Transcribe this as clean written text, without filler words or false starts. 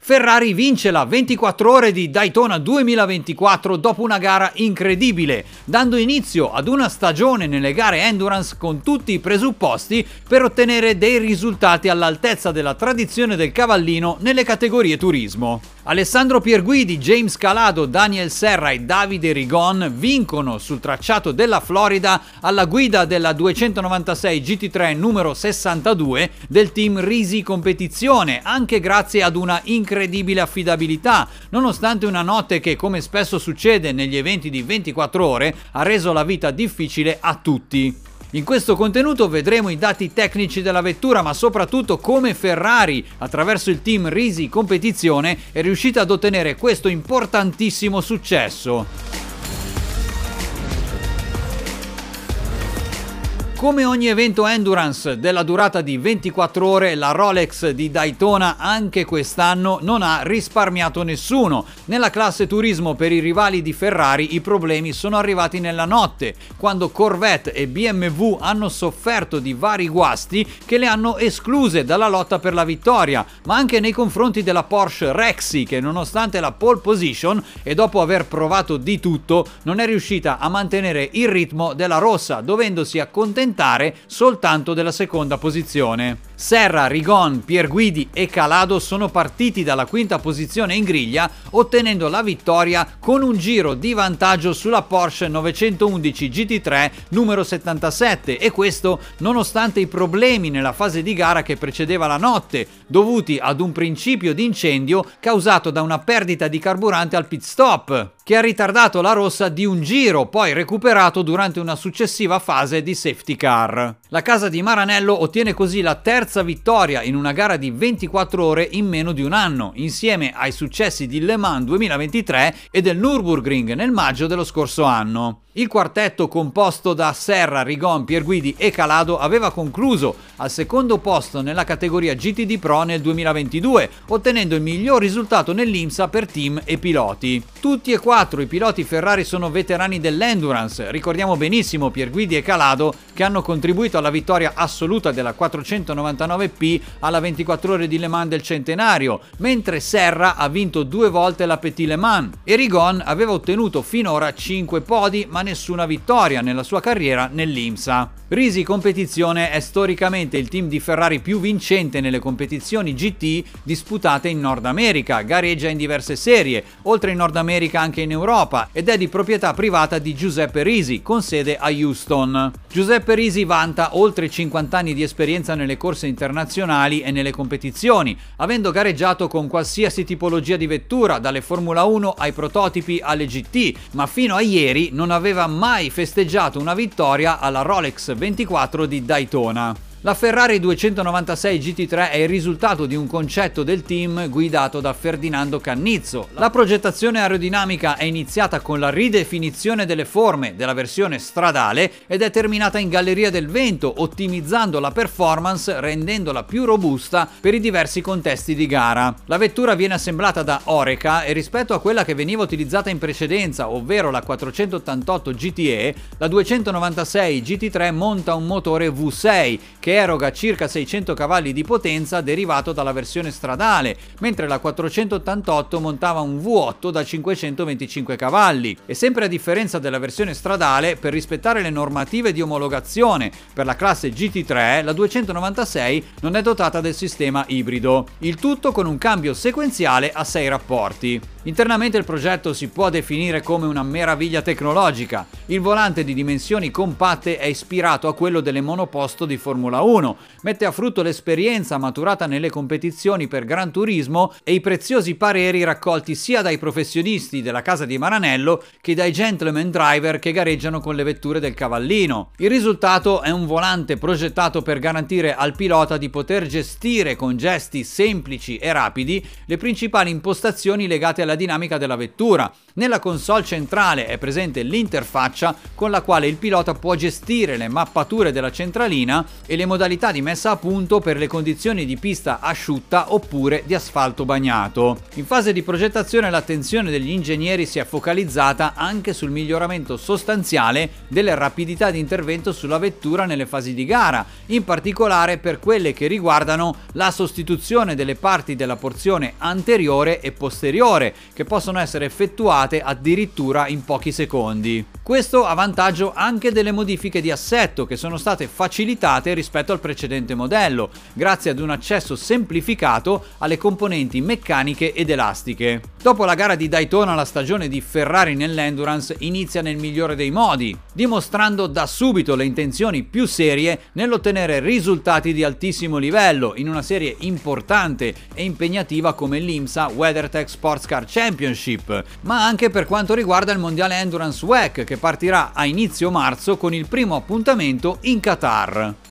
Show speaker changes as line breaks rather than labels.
Ferrari vince la 24 ore di Daytona 2024 dopo una gara incredibile, dando inizio ad una stagione nelle gare endurance con tutti i presupposti per ottenere dei risultati all'altezza della tradizione del cavallino nelle categorie turismo. Alessandro Pierguidi, James Calado, Daniel Serra e Davide Rigon vincono sul tracciato della Florida alla guida della 296 GT3 numero 62 del team Risi Competizione, anche grazie ad una incredibile affidabilità, nonostante una notte che, come spesso succede negli eventi di 24 ore, ha reso la vita difficile a tutti. In questo contenuto vedremo i dati tecnici della vettura, ma soprattutto come Ferrari, attraverso il team Risi Competizione, è riuscita ad ottenere questo importantissimo successo. Come ogni evento endurance della durata di 24 ore, la Rolex di Daytona anche quest'anno non ha risparmiato nessuno. Nella classe turismo per i rivali di Ferrari i problemi sono arrivati nella notte, quando Corvette e BMW hanno sofferto di vari guasti che le hanno escluse dalla lotta per la vittoria, ma anche nei confronti della Porsche Rexy, che nonostante la pole position e dopo aver provato di tutto non è riuscita a mantenere il ritmo della rossa, dovendosi accontentare soltanto della seconda posizione. Serra, Rigon, Pierguidi e Calado sono partiti dalla quinta posizione in griglia, ottenendo la vittoria con un giro di vantaggio sulla Porsche 911 GT3 numero 77, e questo nonostante i problemi nella fase di gara che precedeva la notte, dovuti ad un principio di incendio causato da una perdita di carburante al pit stop, che ha ritardato la rossa di un giro, poi recuperato durante una successiva fase di safety car. La casa di Maranello ottiene così la terza vittoria in una gara di 24 ore in meno di un anno, insieme ai successi di Le Mans 2023 e del Nürburgring nel maggio dello scorso anno. Il quartetto composto da Serra, Rigon, Pierguidi e Calado aveva concluso al secondo posto nella categoria GTD Pro nel 2022, ottenendo il miglior risultato nell'IMSA per team e piloti. Tutti e quattro i piloti Ferrari sono veterani dell'endurance, ricordiamo benissimo Pierguidi e Calado che hanno contribuito alla vittoria assoluta della 499P alla 24 ore di Le Mans del centenario, mentre Serra ha vinto 2 volte la Petit Le Mans e Rigon aveva ottenuto finora 5 podi ma nessuna vittoria nella sua carriera nell'IMSA. Risi Competizione è storicamente il team di Ferrari più vincente nelle competizioni GT disputate in Nord America, gareggia in diverse serie, oltre in Nord America anche in Europa, ed è di proprietà privata di Giuseppe Risi, con sede a Houston. Giuseppe Risi vanta oltre 50 anni di esperienza nelle corse internazionali e nelle competizioni, avendo gareggiato con qualsiasi tipologia di vettura, dalle Formula 1 ai prototipi alle GT, ma fino a ieri non aveva mai festeggiato una vittoria alla Rolex 24 di Daytona. La Ferrari 296 GT3 è il risultato di un concetto del team guidato da Ferdinando Cannizzo. La progettazione aerodinamica è iniziata con la ridefinizione delle forme della versione stradale ed è terminata in galleria del vento, ottimizzando la performance rendendola più robusta per i diversi contesti di gara. La vettura viene assemblata da Oreca e rispetto a quella che veniva utilizzata in precedenza, ovvero la 488 GTE, la 296 GT3 monta un motore V6 che eroga circa 600 cavalli di potenza derivato dalla versione stradale, mentre la 488 montava un V8 da 525 cavalli. E sempre a differenza della versione stradale, per rispettare le normative di omologazione per la classe GT3, la 296 non è dotata del sistema ibrido, il tutto con un cambio sequenziale a 6 rapporti. Internamente il progetto si può definire come una meraviglia tecnologica. Il volante di dimensioni compatte è ispirato a quello delle monoposto di Formula 1, mette a frutto l'esperienza maturata nelle competizioni per Gran Turismo e i preziosi pareri raccolti sia dai professionisti della casa di Maranello che dai gentleman driver che gareggiano con le vetture del cavallino. Il risultato è un volante progettato per garantire al pilota di poter gestire con gesti semplici e rapidi le principali impostazioni legate alla la dinamica della vettura. Nella console centrale è presente l'interfaccia con la quale il pilota può gestire le mappature della centralina e le modalità di messa a punto per le condizioni di pista asciutta oppure di asfalto bagnato. In fase di progettazione l'attenzione degli ingegneri si è focalizzata anche sul miglioramento sostanziale delle rapidità di intervento sulla vettura nelle fasi di gara, in particolare per quelle che riguardano la sostituzione delle parti della porzione anteriore e posteriore, che possono essere effettuate addirittura in pochi secondi. Questo a vantaggio anche delle modifiche di assetto che sono state facilitate rispetto al precedente modello, grazie ad un accesso semplificato alle componenti meccaniche ed elastiche. Dopo la gara di Daytona, la stagione di Ferrari nell'endurance inizia nel migliore dei modi, dimostrando da subito le intenzioni più serie nell'ottenere risultati di altissimo livello in una serie importante e impegnativa come l'IMSA WeatherTech Sports Car Championship, ma anche per quanto riguarda il mondiale Endurance WEC, che partirà a inizio marzo con il primo appuntamento in Qatar.